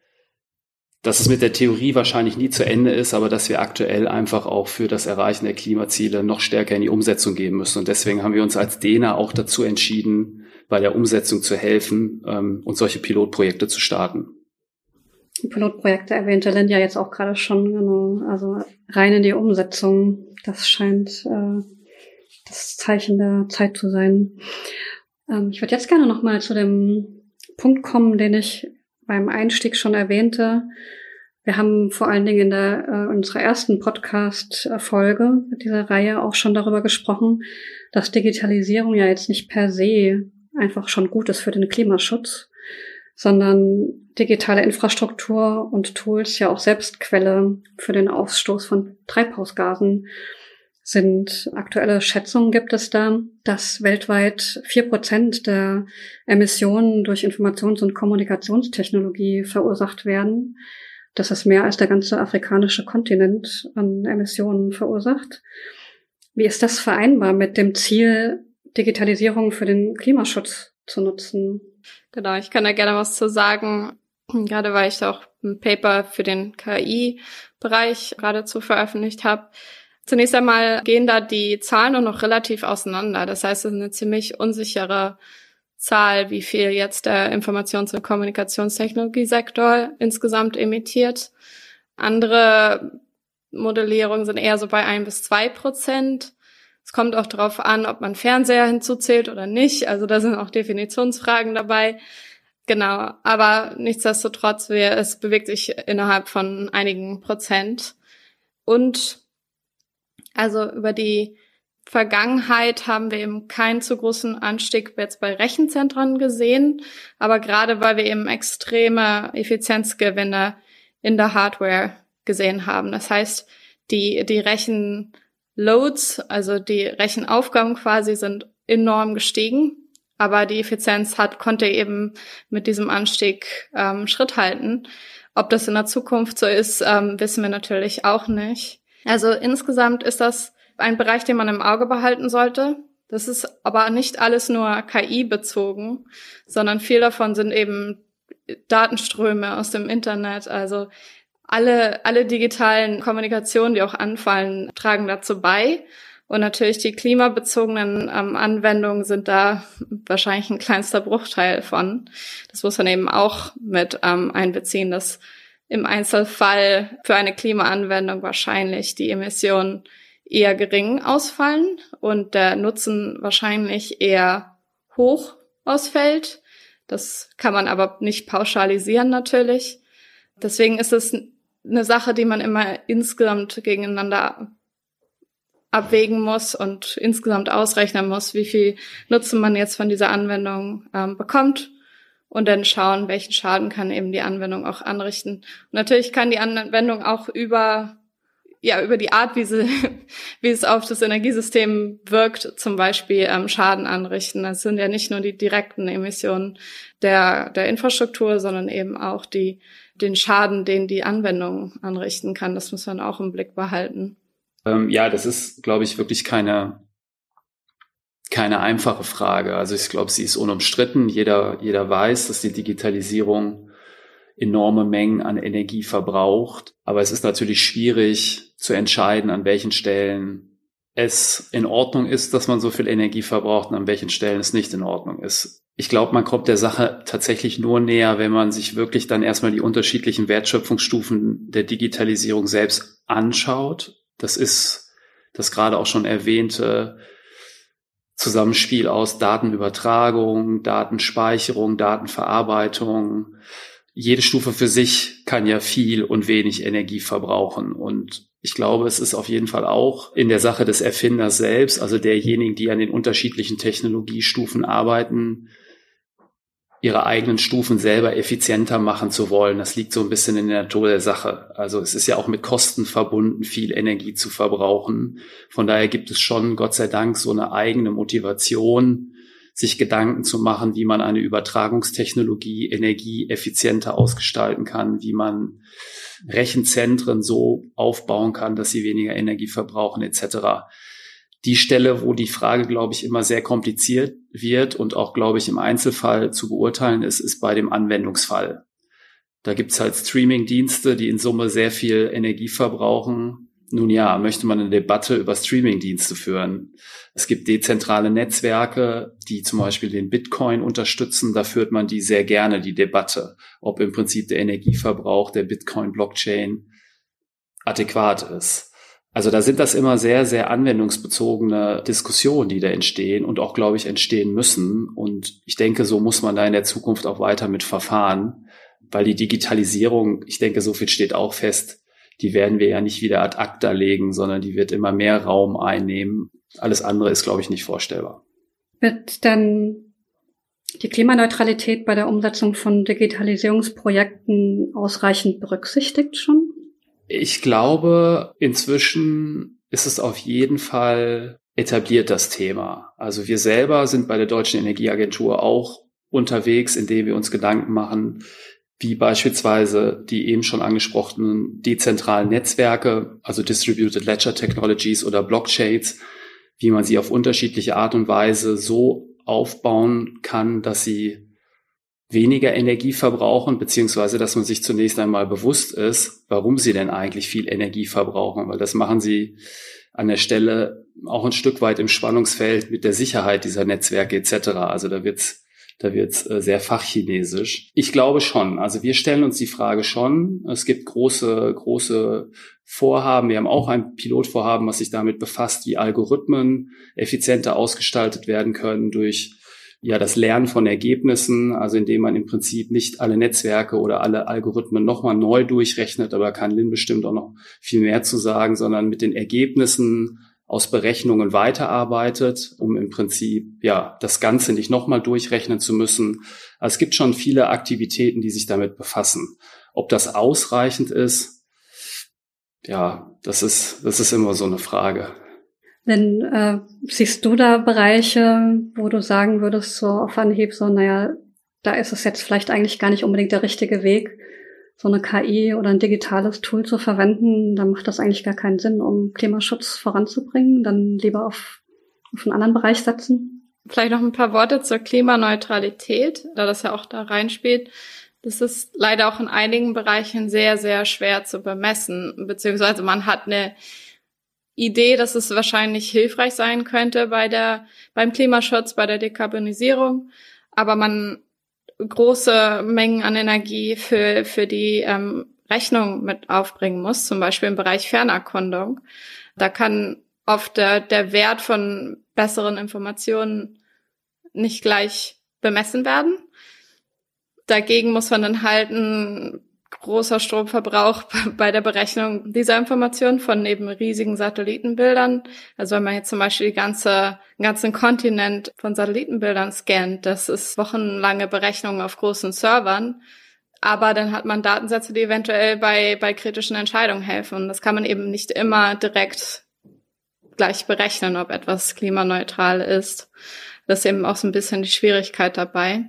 [SPEAKER 1] dass es mit der Theorie wahrscheinlich nie zu Ende ist, aber dass wir aktuell einfach auch für das Erreichen der Klimaziele noch stärker in die Umsetzung gehen müssen. Und deswegen haben wir uns als D E N A auch dazu entschieden, bei der Umsetzung zu helfen ähm, und solche Pilotprojekte zu starten.
[SPEAKER 4] Pilotprojekte erwähnte Lynn ja jetzt auch gerade schon, genau, also rein in die Umsetzung. Das scheint äh, das Zeichen der Zeit zu sein. Ähm, ich würde jetzt gerne nochmal zu dem Punkt kommen, den ich beim Einstieg schon erwähnte. Wir haben vor allen Dingen in der äh, unserer ersten Podcast-Folge mit dieser Reihe auch schon darüber gesprochen, dass Digitalisierung ja jetzt nicht per se einfach schon gut ist für den Klimaschutz, sondern digitale Infrastruktur und Tools ja auch selbst Quelle für den Ausstoß von Treibhausgasen sind. Aktuelle Schätzungen gibt es da, dass weltweit vier Prozent der Emissionen durch Informations- und Kommunikationstechnologie verursacht werden. Das ist mehr als der ganze afrikanische Kontinent an Emissionen verursacht. Wie ist das vereinbar mit dem Ziel, Digitalisierung für den Klimaschutz zu nutzen?
[SPEAKER 2] Genau, ich kann da gerne was zu sagen, gerade weil ich da auch ein Paper für den K I-Bereich geradezu veröffentlicht habe. Zunächst einmal gehen da die Zahlen nur noch relativ auseinander. Das heißt, es ist eine ziemlich unsichere Zahl, wie viel jetzt der Informations- und Kommunikationstechnologiesektor insgesamt emittiert. Andere Modellierungen sind eher so bei ein bis zwei Prozent. Es kommt auch darauf an, ob man Fernseher hinzuzählt oder nicht. Also da sind auch Definitionsfragen dabei. Genau, aber nichtsdestotrotz, wir, es bewegt sich innerhalb von einigen Prozent. Und also über die Vergangenheit haben wir eben keinen zu großen Anstieg jetzt bei Rechenzentren gesehen. Aber gerade weil wir eben extreme Effizienzgewinne in der Hardware gesehen haben. Das heißt, die, die Rechen Loads, also die Rechenaufgaben quasi, sind enorm gestiegen, aber die Effizienz hat konnte eben mit diesem Anstieg ähm, Schritt halten. Ob das in der Zukunft so ist, ähm, wissen wir natürlich auch nicht. Also insgesamt ist das ein Bereich, den man im Auge behalten sollte. Das ist aber nicht alles nur K I-bezogen, sondern viel davon sind eben Datenströme aus dem Internet, also Alle, alle digitalen Kommunikationen, die auch anfallen, tragen dazu bei. Und natürlich die klimabezogenen ähm, Anwendungen sind da wahrscheinlich ein kleinster Bruchteil von. Das muss man eben auch mit ähm, einbeziehen, dass im Einzelfall für eine Klimaanwendung wahrscheinlich die Emissionen eher gering ausfallen und der Nutzen wahrscheinlich eher hoch ausfällt. Das kann man aber nicht pauschalisieren natürlich. Deswegen ist es eine Sache, die man immer insgesamt gegeneinander abwägen muss und insgesamt ausrechnen muss, wie viel Nutzen man jetzt von dieser Anwendung ähm, bekommt und dann schauen, welchen Schaden kann eben die Anwendung auch anrichten. Und natürlich kann die Anwendung auch über ja über die Art, wie sie wie es auf das Energiesystem wirkt, zum Beispiel ähm, Schaden anrichten. Das sind ja nicht nur die direkten Emissionen der der Infrastruktur, sondern eben auch die den Schaden, den die Anwendung anrichten kann. Das muss man auch im Blick behalten.
[SPEAKER 1] Ähm, ja, das ist, glaube ich, wirklich keine keine einfache Frage. Also ich glaube, sie ist unumstritten. Jeder jeder weiß, dass die Digitalisierung enorme Mengen an Energie verbraucht. Aber es ist natürlich schwierig zu entscheiden, an welchen Stellen es in Ordnung ist, dass man so viel Energie verbraucht und an welchen Stellen es nicht in Ordnung ist. Ich glaube, man kommt der Sache tatsächlich nur näher, wenn man sich wirklich dann erstmal die unterschiedlichen Wertschöpfungsstufen der Digitalisierung selbst anschaut. Das ist das gerade auch schon erwähnte Zusammenspiel aus Datenübertragung, Datenspeicherung, Datenverarbeitung. Jede Stufe für sich kann ja viel und wenig Energie verbrauchen. Und ich glaube, es ist auf jeden Fall auch in der Sache des Erfinders selbst, also derjenigen, die an den unterschiedlichen Technologiestufen arbeiten, ihre eigenen Stufen selber effizienter machen zu wollen. Das liegt so ein bisschen in der Natur der Sache. Also es ist ja auch mit Kosten verbunden, viel Energie zu verbrauchen. Von daher gibt es schon, Gott sei Dank, so eine eigene Motivation, sich Gedanken zu machen, wie man eine Übertragungstechnologie energieeffizienter ausgestalten kann, wie man Rechenzentren so aufbauen kann, dass sie weniger Energie verbrauchen et cetera. Die Stelle, wo die Frage, glaube ich, immer sehr kompliziert wird und auch, glaube ich, im Einzelfall zu beurteilen ist, ist bei dem Anwendungsfall. Da gibt es halt Streaming-Dienste, die in Summe sehr viel Energie verbrauchen. Nun ja, möchte man eine Debatte über Streaming-Dienste führen? Es gibt dezentrale Netzwerke, die zum Beispiel den Bitcoin unterstützen. Da führt man die sehr gerne, die Debatte, ob im Prinzip der Energieverbrauch der Bitcoin-Blockchain adäquat ist. Also da sind das immer sehr, sehr anwendungsbezogene Diskussionen, die da entstehen und auch, glaube ich, entstehen müssen. Und ich denke, so muss man da in der Zukunft auch weiter mit verfahren, weil die Digitalisierung, ich denke, so viel steht auch fest, die werden wir ja nicht wieder ad acta legen, sondern die wird immer mehr Raum einnehmen. Alles andere ist, glaube ich, nicht vorstellbar.
[SPEAKER 4] Wird denn die Klimaneutralität bei der Umsetzung von Digitalisierungsprojekten ausreichend berücksichtigt schon?
[SPEAKER 1] Ich glaube, inzwischen ist es auf jeden Fall etabliert, das Thema. Also wir selber sind bei der Deutschen Energieagentur auch unterwegs, indem wir uns Gedanken machen, wie beispielsweise die eben schon angesprochenen dezentralen Netzwerke, also Distributed Ledger Technologies oder Blockchains, wie man sie auf unterschiedliche Art und Weise so aufbauen kann, dass sie weniger Energie verbrauchen, beziehungsweise dass man sich zunächst einmal bewusst ist, warum sie denn eigentlich viel Energie verbrauchen, weil das machen sie an der Stelle auch ein Stück weit im Spannungsfeld mit der Sicherheit dieser Netzwerke et cetera. Also da wird's da wird's sehr fachchinesisch. Ich glaube schon. Also wir stellen uns die Frage schon. Es gibt große große Vorhaben. Wir haben auch ein Pilotvorhaben, was sich damit befasst, wie Algorithmen effizienter ausgestaltet werden können durch ja das Lernen von Ergebnissen, also indem man im Prinzip nicht alle Netzwerke oder alle Algorithmen nochmal neu durchrechnet, aber kann Lynn bestimmt auch noch viel mehr zu sagen, sondern mit den Ergebnissen aus Berechnungen weiterarbeitet, um im Prinzip ja das Ganze nicht nochmal durchrechnen zu müssen. Also es gibt schon viele Aktivitäten, die sich damit befassen. Ob das ausreichend ist, ja, das ist das ist immer so eine Frage.
[SPEAKER 4] Denn äh, siehst du da Bereiche, wo du sagen würdest, so auf Anhieb, so, naja, da ist es jetzt vielleicht eigentlich gar nicht unbedingt der richtige Weg, so eine K I oder ein digitales Tool zu verwenden, dann macht das eigentlich gar keinen Sinn, um Klimaschutz voranzubringen, dann lieber auf, auf einen anderen Bereich setzen?
[SPEAKER 2] Vielleicht noch ein paar Worte zur Klimaneutralität, da das ja auch da reinspielt. Das ist leider auch in einigen Bereichen sehr, sehr schwer zu bemessen, beziehungsweise man hat eine Idee, dass es wahrscheinlich hilfreich sein könnte bei der, beim Klimaschutz, bei der Dekarbonisierung, aber man große Mengen an Energie für, für die ähm, Rechnung mit aufbringen muss, zum Beispiel im Bereich Fernerkundung. Da kann oft der, der Wert von besseren Informationen nicht gleich bemessen werden. Dagegen muss man dann halt ein großer Stromverbrauch bei der Berechnung dieser Informationen von neben riesigen Satellitenbildern. Also wenn man jetzt zum Beispiel die ganze, den ganzen Kontinent von Satellitenbildern scannt, das ist wochenlange Berechnungen auf großen Servern. Aber dann hat man Datensätze, die eventuell bei, bei kritischen Entscheidungen helfen. Und das kann man eben nicht immer direkt gleich berechnen, ob etwas klimaneutral ist. Das ist eben auch so ein bisschen die Schwierigkeit dabei.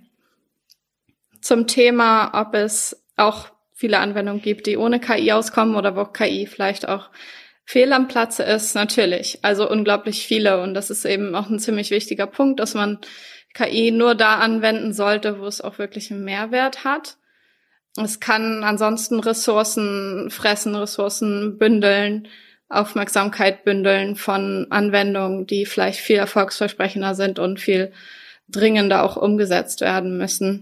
[SPEAKER 2] Zum Thema, ob es auch viele Anwendungen gibt, die ohne K I auskommen oder wo K I vielleicht auch fehl am Platze ist, natürlich. Also unglaublich viele. Und das ist eben auch ein ziemlich wichtiger Punkt, dass man K I nur da anwenden sollte, wo es auch wirklich einen Mehrwert hat. Es kann ansonsten Ressourcen fressen, Ressourcen bündeln, Aufmerksamkeit bündeln von Anwendungen, die vielleicht viel erfolgsversprechender sind und viel dringender auch umgesetzt werden müssen.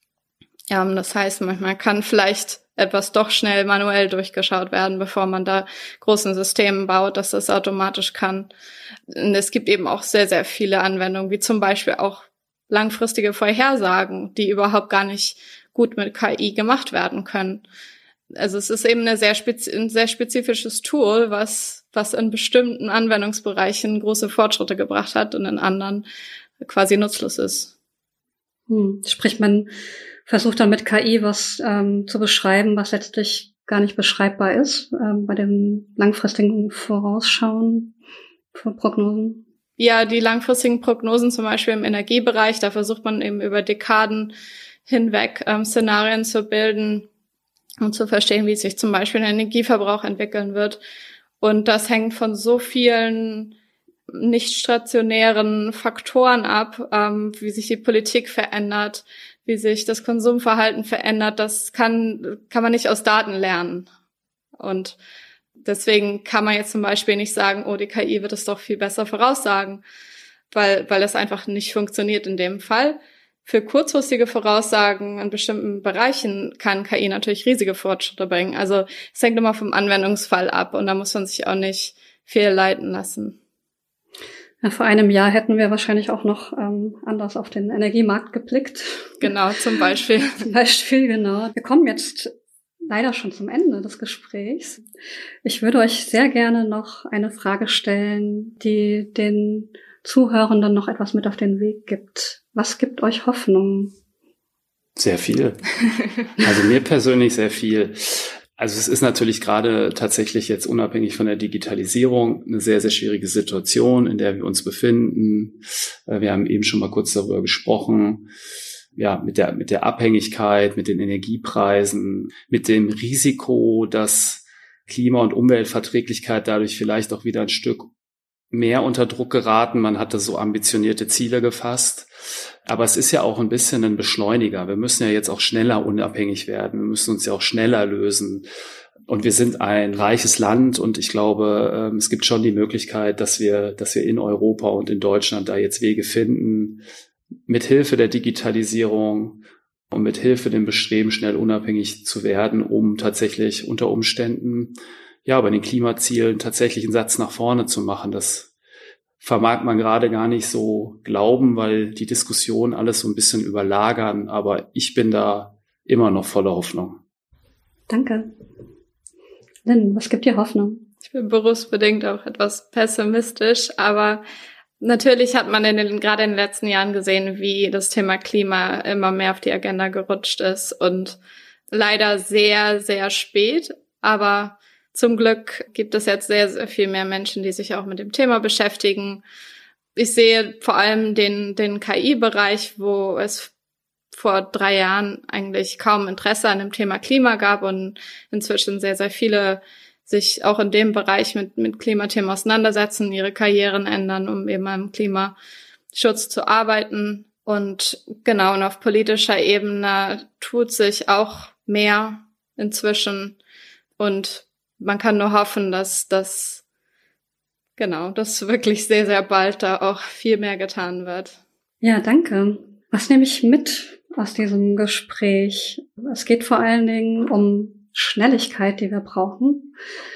[SPEAKER 2] Ja, das heißt, manchmal kann vielleicht etwas doch schnell manuell durchgeschaut werden, bevor man da großen Systemen baut, dass das automatisch kann. Und es gibt eben auch sehr, sehr viele Anwendungen, wie zum Beispiel auch langfristige Vorhersagen, die überhaupt gar nicht gut mit K I gemacht werden können. Also es ist eben eine sehr spezi- ein sehr spezifisches Tool, was was in bestimmten Anwendungsbereichen große Fortschritte gebracht hat und in anderen quasi nutzlos ist.
[SPEAKER 4] Hm. Sprich, man versucht dann mit K I was ähm, zu beschreiben, was letztlich gar nicht beschreibbar ist, ähm, bei dem langfristigen Vorausschauen von Prognosen.
[SPEAKER 2] Ja, die langfristigen Prognosen zum Beispiel im Energiebereich, da versucht man eben über Dekaden hinweg ähm, Szenarien zu bilden und zu verstehen, wie sich zum Beispiel der Energieverbrauch entwickeln wird. Und das hängt von so vielen nicht stationären Faktoren ab, ähm, wie sich die Politik verändert, wie sich das Konsumverhalten verändert. Das kann kann man nicht aus Daten lernen. Und deswegen kann man jetzt zum Beispiel nicht sagen, oh, die K I wird es doch viel besser voraussagen, weil weil das einfach nicht funktioniert in dem Fall. Für kurzfristige Voraussagen in bestimmten Bereichen kann K I natürlich riesige Fortschritte bringen. Also es hängt immer vom Anwendungsfall ab und da muss man sich auch nicht fehlleiten lassen.
[SPEAKER 4] Ja, vor einem Jahr hätten wir wahrscheinlich auch noch ähm, anders auf den Energiemarkt geblickt.
[SPEAKER 2] Genau, zum Beispiel.
[SPEAKER 4] zum Beispiel, genau. Wir kommen jetzt leider schon zum Ende des Gesprächs. Ich würde euch sehr gerne noch eine Frage stellen, die den Zuhörenden noch etwas mit auf den Weg gibt. Was gibt euch Hoffnung?
[SPEAKER 1] Sehr viel. Also mir persönlich sehr viel. Also es ist natürlich gerade tatsächlich jetzt unabhängig von der Digitalisierung eine sehr, sehr schwierige Situation, in der wir uns befinden. Wir haben eben schon mal kurz darüber gesprochen. Ja, mit der, mit der Abhängigkeit, mit den Energiepreisen, mit dem Risiko, dass Klima- und Umweltverträglichkeit dadurch vielleicht auch wieder ein Stück mehr unter Druck geraten. Man hatte so ambitionierte Ziele gefasst. Aber es ist ja auch ein bisschen ein Beschleuniger. Wir müssen ja jetzt auch schneller unabhängig werden. Wir müssen uns ja auch schneller lösen. Und wir sind ein reiches Land und ich glaube, es gibt schon die Möglichkeit, dass wir, dass wir in Europa und in Deutschland da jetzt Wege finden, mit Hilfe der Digitalisierung und mit Hilfe dem Bestreben, schnell unabhängig zu werden, um tatsächlich unter Umständen, ja, bei den Klimazielen tatsächlich einen Satz nach vorne zu machen. Das vermag man gerade gar nicht so glauben, weil die Diskussion alles so ein bisschen überlagern. Aber ich bin da immer noch voller Hoffnung.
[SPEAKER 4] Danke. Lynn, was gibt dir Hoffnung?
[SPEAKER 2] Ich bin berufsbedingt auch etwas pessimistisch, aber natürlich hat man in den, gerade in den letzten Jahren gesehen, wie das Thema Klima immer mehr auf die Agenda gerutscht ist und leider sehr, sehr spät, aber zum Glück gibt es jetzt sehr, sehr viel mehr Menschen, die sich auch mit dem Thema beschäftigen. Ich sehe vor allem den, den K I-Bereich, wo es vor drei Jahren eigentlich kaum Interesse an dem Thema Klima gab und inzwischen sehr, sehr viele sich auch in dem Bereich mit, mit Klimathemen auseinandersetzen, ihre Karrieren ändern, um eben am Klimaschutz zu arbeiten. Und genau, und auf politischer Ebene tut sich auch mehr inzwischen und man kann nur hoffen, dass das, genau, dass wirklich sehr, sehr bald da auch viel mehr getan wird.
[SPEAKER 4] Ja, danke. Was nehme ich mit aus diesem Gespräch? Es geht vor allen Dingen um Schnelligkeit, die wir brauchen.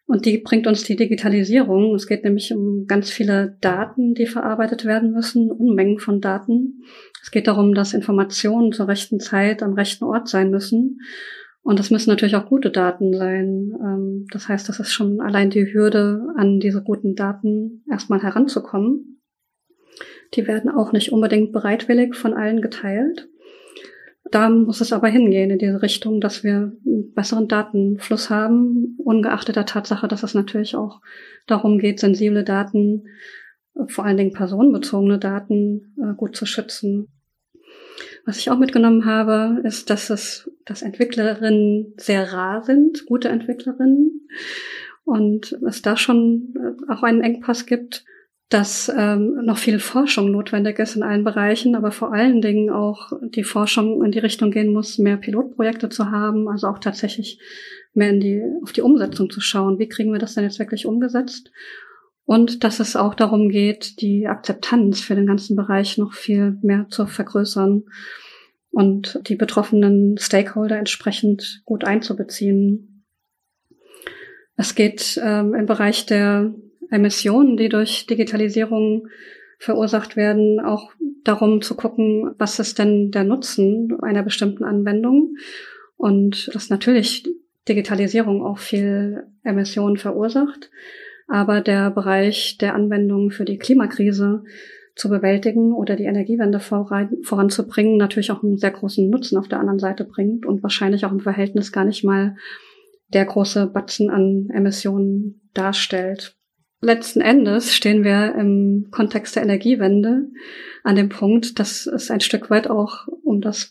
[SPEAKER 4] Und die bringt uns die Digitalisierung. Es geht nämlich um ganz viele Daten, die verarbeitet werden müssen, Unmengen von Daten. Es geht darum, dass Informationen zur rechten Zeit am rechten Ort sein müssen. Und das müssen natürlich auch gute Daten sein. Das heißt, das ist schon allein die Hürde, an diese guten Daten erstmal heranzukommen. Die werden auch nicht unbedingt bereitwillig von allen geteilt. Da muss es aber hingehen in diese Richtung, dass wir einen besseren Datenfluss haben, ungeachtet der Tatsache, dass es natürlich auch darum geht, sensible Daten, vor allen Dingen personenbezogene Daten, gut zu schützen. Was ich auch mitgenommen habe, ist, dass es, dass Entwicklerinnen sehr rar sind, gute Entwicklerinnen, und es da schon auch einen Engpass gibt, dass ähm, noch viel Forschung notwendig ist in allen Bereichen, aber vor allen Dingen auch die Forschung in die Richtung gehen muss, mehr Pilotprojekte zu haben, also auch tatsächlich mehr in die, auf die Umsetzung zu schauen. Wie kriegen wir das denn jetzt wirklich umgesetzt? Und dass es auch darum geht, die Akzeptanz für den ganzen Bereich noch viel mehr zu vergrößern und die betroffenen Stakeholder entsprechend gut einzubeziehen. Es geht ähm, im Bereich der Emissionen, die durch Digitalisierung verursacht werden, auch darum zu gucken, was ist denn der Nutzen einer bestimmten Anwendung, und dass natürlich Digitalisierung auch viel Emissionen verursacht, aber der Bereich der Anwendung für die Klimakrise zu bewältigen oder die Energiewende voranzubringen natürlich auch einen sehr großen Nutzen auf der anderen Seite bringt und wahrscheinlich auch im Verhältnis gar nicht mal der große Batzen an Emissionen darstellt. Letzten Endes stehen wir im Kontext der Energiewende an dem Punkt, dass es ein Stück weit auch um das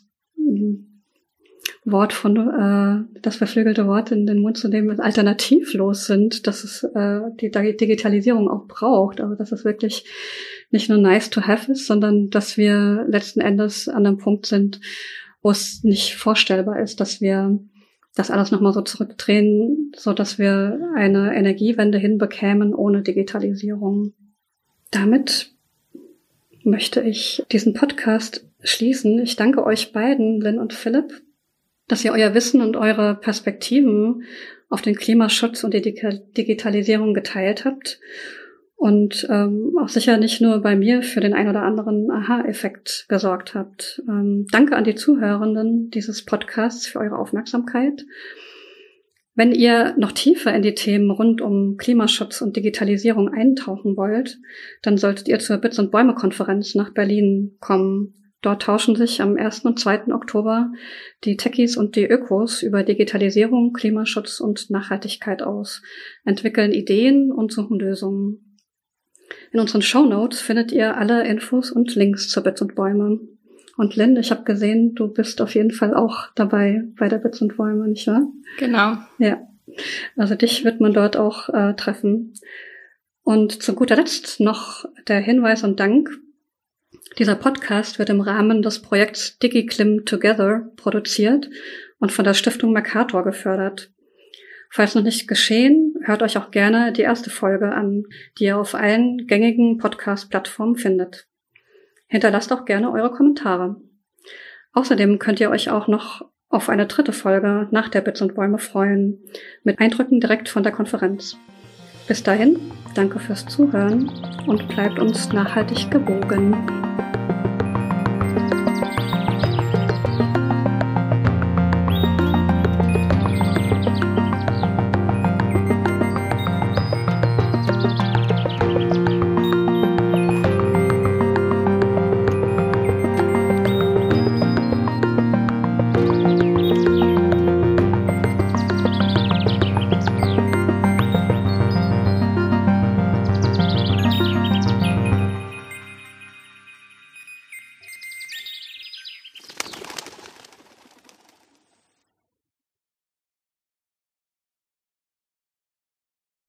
[SPEAKER 4] Wort von, äh, das verflügelte Wort in den Mund zu nehmen, alternativlos sind, dass es äh, die Digitalisierung auch braucht, aber dass es wirklich nicht nur nice to have ist, sondern dass wir letzten Endes an einem Punkt sind, wo es nicht vorstellbar ist, dass wir das alles nochmal so zurückdrehen, so dass wir eine Energiewende hinbekämen ohne Digitalisierung. Damit möchte ich diesen Podcast schließen. Ich danke euch beiden, Lynn und Philipp, dass ihr euer Wissen und eure Perspektiven auf den Klimaschutz und die Digitalisierung geteilt habt und ähm, auch sicher nicht nur bei mir für den ein oder anderen Aha-Effekt gesorgt habt. Ähm, danke an die Zuhörenden dieses Podcasts für eure Aufmerksamkeit. Wenn ihr noch tiefer in die Themen rund um Klimaschutz und Digitalisierung eintauchen wollt, dann solltet ihr zur Bits und Bäume-Konferenz nach Berlin kommen. Dort tauschen sich am ersten und zweiten Oktober die Techies und die Ökos über Digitalisierung, Klimaschutz und Nachhaltigkeit aus, entwickeln Ideen und suchen Lösungen. In unseren Shownotes findet ihr alle Infos und Links zur Bits und Bäume. Und Lynn, ich habe gesehen, du bist auf jeden Fall auch dabei bei der Bits und Bäume, nicht wahr?
[SPEAKER 2] Genau.
[SPEAKER 4] Ja, also dich wird man dort auch äh, treffen. Und zu guter Letzt noch der Hinweis und Dank. Dieser Podcast wird im Rahmen des Projekts DigiClim Together produziert und von der Stiftung Mercator gefördert. Falls noch nicht geschehen, hört euch auch gerne die erste Folge an, die ihr auf allen gängigen Podcast-Plattformen findet. Hinterlasst auch gerne eure Kommentare. Außerdem könnt ihr euch auch noch auf eine dritte Folge nach der Bits und Bäume freuen, mit Eindrücken direkt von der Konferenz. Bis dahin, danke fürs Zuhören und bleibt uns nachhaltig gewogen.